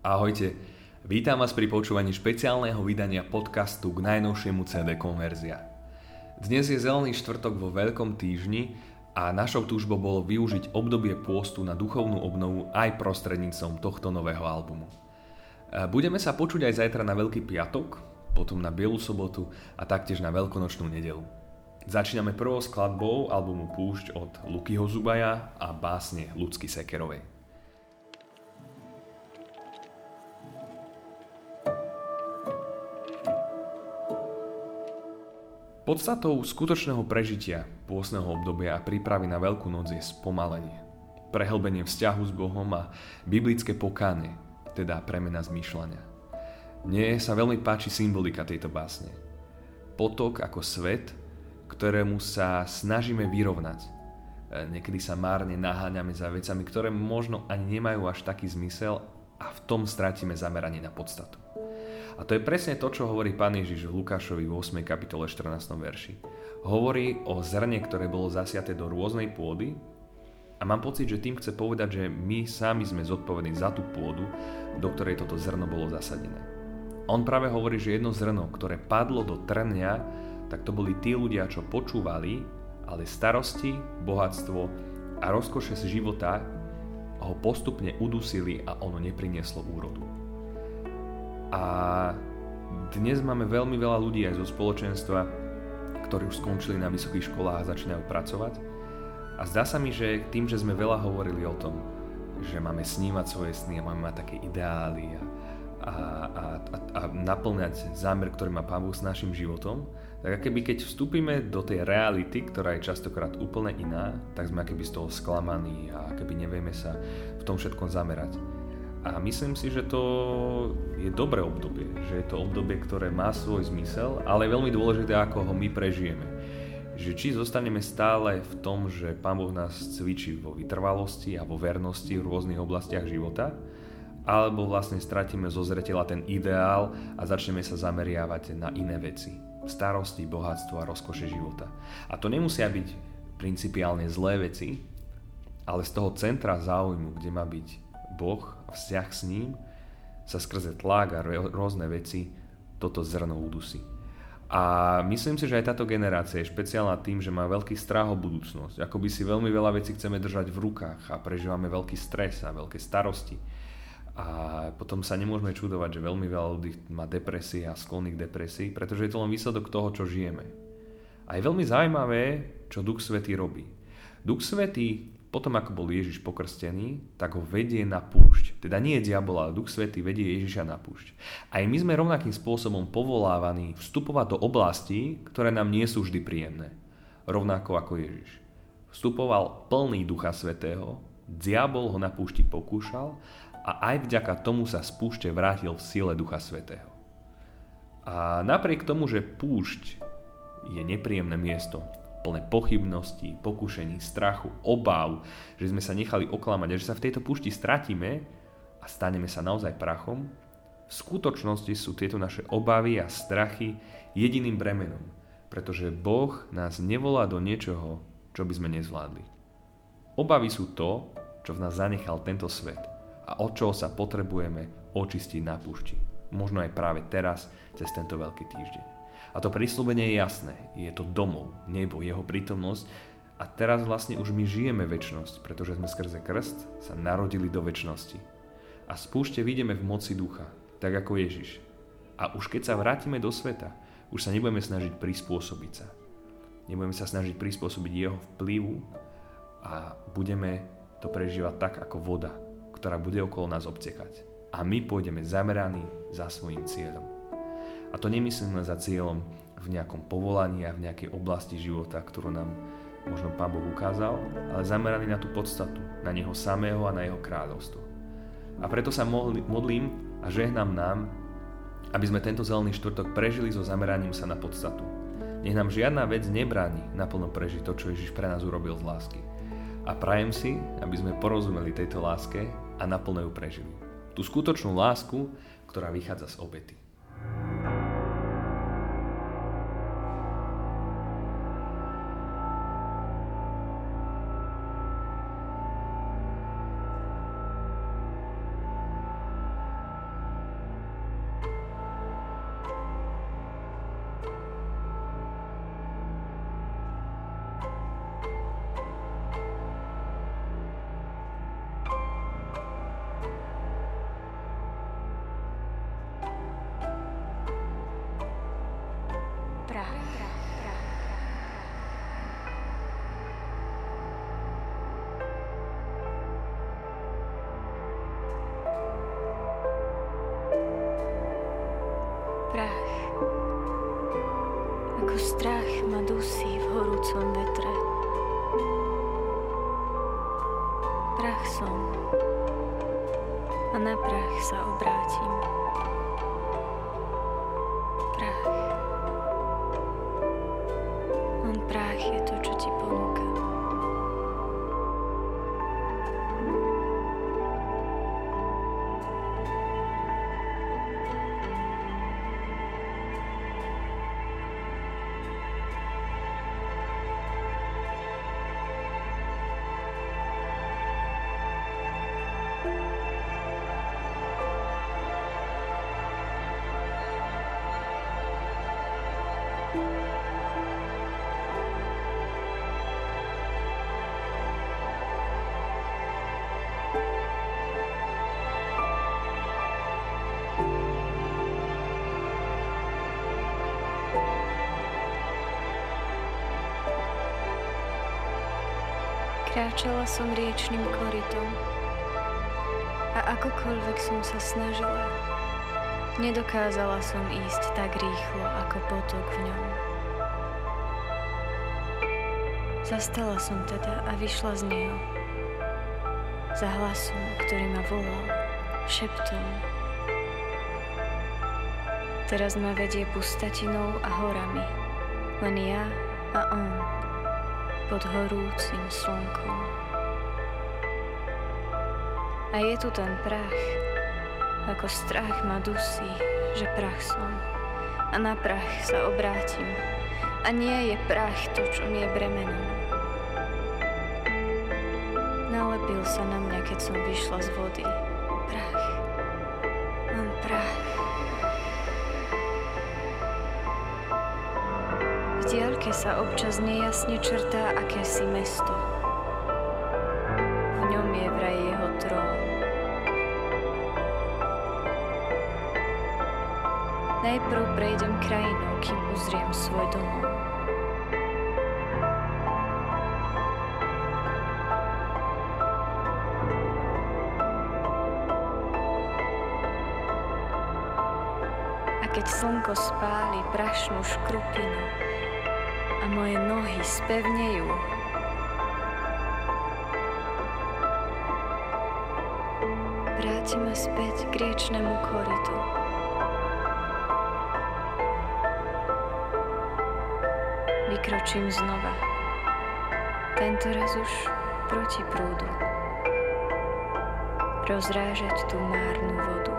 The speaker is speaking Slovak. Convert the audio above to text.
Ahojte, vítam vás pri počúvaní špeciálneho vydania podcastu k najnovšiemu CD Konverzia. Dnes je Zelený štvrtok vo Veľkom týždni a našou túžbou bolo využiť obdobie pôstu na duchovnú obnovu aj prostredníctvom tohto nového albumu. Budeme sa počuť aj zajtra na Veľký piatok, potom na Bielu sobotu a taktiež na Veľkonočnú nedeľu. Začíname prvou skladbou albumu Púšť od Lukyho Zubaja a básne Ľudsky Sekerovej. Podstatou skutočného prežitia pôstneho obdobia a prípravy na Veľkú noc je spomalenie, prehlbenie vzťahu s Bohom a biblické pokánie, teda premena zmýšľania. Mne sa veľmi páči symbolika tejto básne. Potok ako svet, ktorému sa snažíme vyrovnať. Niekedy sa márne naháňame za vecami, ktoré možno ani nemajú až taký zmysel a v tom stratíme zameranie na podstatu. A to je presne to, čo hovorí Pán Ježiš v Lukášovi v 8. kapitole 14. verši. Hovorí o zrne, ktoré bolo zasiaté do rôznej pôdy a mám pocit, že tým chce povedať, že my sami sme zodpovední za tú pôdu, do ktorej toto zrno bolo zasadené. On práve hovorí, že jedno zrno, ktoré padlo do trnia, tak to boli tí ľudia, čo počúvali, ale starosti, bohatstvo a rozkoše z života ho postupne udusili a ono neprinieslo úrodu. A dnes máme veľmi veľa ľudí aj zo spoločenstva, ktorí už skončili na vysokých školách a začínajú pracovať. A zdá sa mi, že tým, že sme veľa hovorili o tom, že máme snívať svoje sny a máme mať také ideály a naplňať zámer, ktorý má Pán Boh s našim životom, tak akoby keď vstúpime do tej reality, ktorá je častokrát úplne iná, tak sme akoby z toho sklamaní a akoby nevieme sa v tom všetkom zamerať. A myslím si, že to je dobré obdobie, že je to obdobie, ktoré má svoj zmysel, ale je veľmi dôležité, ako ho my prežijeme. Že či zostaneme stále v tom, že Pán Boh nás cvičí vo vytrvalosti a vo vernosti v rôznych oblastiach života, alebo vlastne stratíme zo zreteľa ten ideál a začneme sa zameriavať na iné veci. Starosti, bohatstvo a rozkoše života. A to nemusia byť principiálne zlé veci, ale z toho centra záujmu, kde má byť Boh a vzťah s ním, sa skrze tlak a rôzne veci toto zrno udusí. A myslím si, že aj táto generácia je špeciálna tým, že má veľký strach o budúcnosť. Akoby si veľmi veľa vecí chceme držať v rukách a prežívame veľký stres a veľké starosti. A potom sa nemôžeme čudovať, že veľmi veľa ľudí má depresie a sklony k depresii, pretože je to len výsledok toho, čo žijeme. A je veľmi zaujímavé, čo Duch Svätý robí. Duch Svätý potom, ako bol Ježiš pokrstený, tak ho vedie na púšť. Teda nie je diabol, ale Duch Svätý vedie Ježiša na púšť. Aj my sme rovnakým spôsobom povolávaní vstupovať do oblastí, ktoré nám nie sú vždy príjemné. Rovnako ako Ježiš. Vstupoval plný Ducha Svätého, diabol ho na púšti pokúšal a aj vďaka tomu sa z púšte vrátil v sile Ducha Svätého. A napriek tomu, že púšť je nepríjemné miesto, plné pochybností, pokušení, strachu, obáv, že sme sa nechali oklamať a že sa v tejto púšti stratíme a staneme sa naozaj prachom, v skutočnosti sú tieto naše obavy a strachy jediným bremenom, pretože Boh nás nevolá do niečoho, čo by sme nezvládli. Obavy sú to, čo v nás zanechal tento svet a od čoho sa potrebujeme očistiť na púšti. Možno aj práve teraz, cez tento veľký týždeň. A to prisľúbenie je jasné, je to domov, nebo, jeho prítomnosť a teraz vlastne už my žijeme večnosť, pretože sme skrze krst sa narodili do večnosti. A z púšte vyjdeme v moci ducha, tak ako Ježiš. A už keď sa vrátime do sveta, už sa nebudeme snažiť prispôsobiť sa. Nebudeme sa snažiť prispôsobiť jeho vplyvu a budeme to prežívať tak ako voda, ktorá bude okolo nás obtekať. A my pôjdeme zameraní za svojím cieľom. A to nemyslím len za cieľom v nejakom povolaní a v nejakej oblasti života, ktorú nám možno Pán Boh ukázal, ale zameraný na tú podstatu, na Neho samého a na Jeho kráľovstvo. A preto sa modlím a žehnám nám, aby sme tento zelený štvrtok prežili so zameraním sa na podstatu. Nech nám žiadna vec nebráni naplno prežiť to, čo Ježiš pre nás urobil z lásky. A prajem si, aby sme porozumeli tejto láske a naplno ju prežili. Tú skutočnú lásku, ktorá vychádza z obety. dusí v horúcom vetre. Prach som a na prach sa obrátim. Prach. Len prach je to, čo ti ponúkam. Kráčala som riečnym korytom a akokoľvek som sa snažila, nedokázala som ísť tak rýchlo ako potok v ňom. Zastala som teda a vyšla z neho za hlasom, ktorý ma volal šeptom. Teraz ma vedie pustatinou a horami, len ja a on pod horúcim slnkom. A je tu ten prach, ako strach ma dusí, že prach som a na prach sa obrátim a nie je prach to, čo mi je bremenom. Nalepil sa na mňa, keď som vyšla z vody. Prach, len prach. V diaľke sa občas nejasne črtá akési mesto. V ňom je vraj jeho trón. Najprv prejdem krajinou, kým uzriem svoj domov. A keď slnko spáli prašnú škrupinu a moje nohy spevnejú, vráti ma späť k riečnemu korytu. Vykročím znova, tentoraz už proti prúdu, rozrážať tú márnu vodu.